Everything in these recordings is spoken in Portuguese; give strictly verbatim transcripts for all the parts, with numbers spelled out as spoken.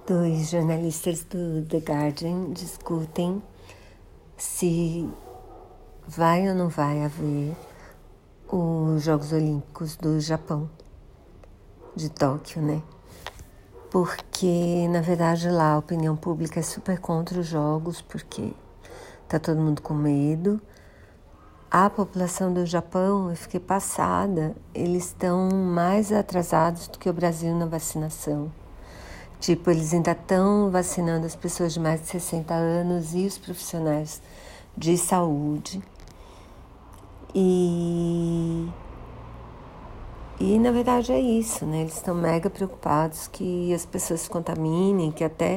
Dois jornalistas do The Guardian discutem se vai ou não vai haver os Jogos Olímpicos do Japão, de Tóquio, né? Porque, na verdade, lá a opinião pública é super contra os Jogos, porque tá todo mundo com medo. A população do Japão, eu fiquei passada, eles estão mais atrasados do que o Brasil na vacinação. Tipo, eles ainda estão vacinando as pessoas de mais de sessenta anos e os profissionais de saúde. E, e na verdade é isso, né? Eles estão mega preocupados que as pessoas se contaminem, que até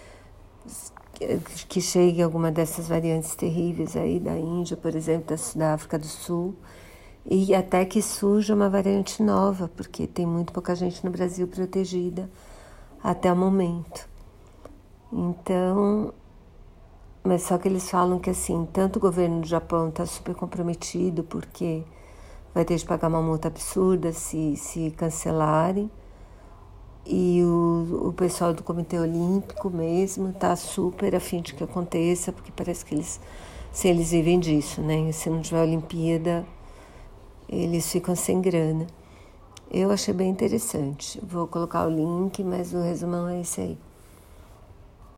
que chegue alguma dessas variantes terríveis aí da Índia, por exemplo, da, da África do Sul, e até que surja uma variante nova, porque tem muito pouca gente no Brasil protegida até o momento. Então, mas só que eles falam que assim, tanto o governo do Japão está super comprometido, porque vai ter de pagar uma multa absurda se, se cancelarem, e o, o pessoal do Comitê Olímpico mesmo está super a fim de que aconteça, porque parece que eles, se eles vivem disso, né? Se não tiver Olimpíada, eles ficam sem grana. Eu achei bem interessante. Vou colocar o link, mas o resumão é esse aí.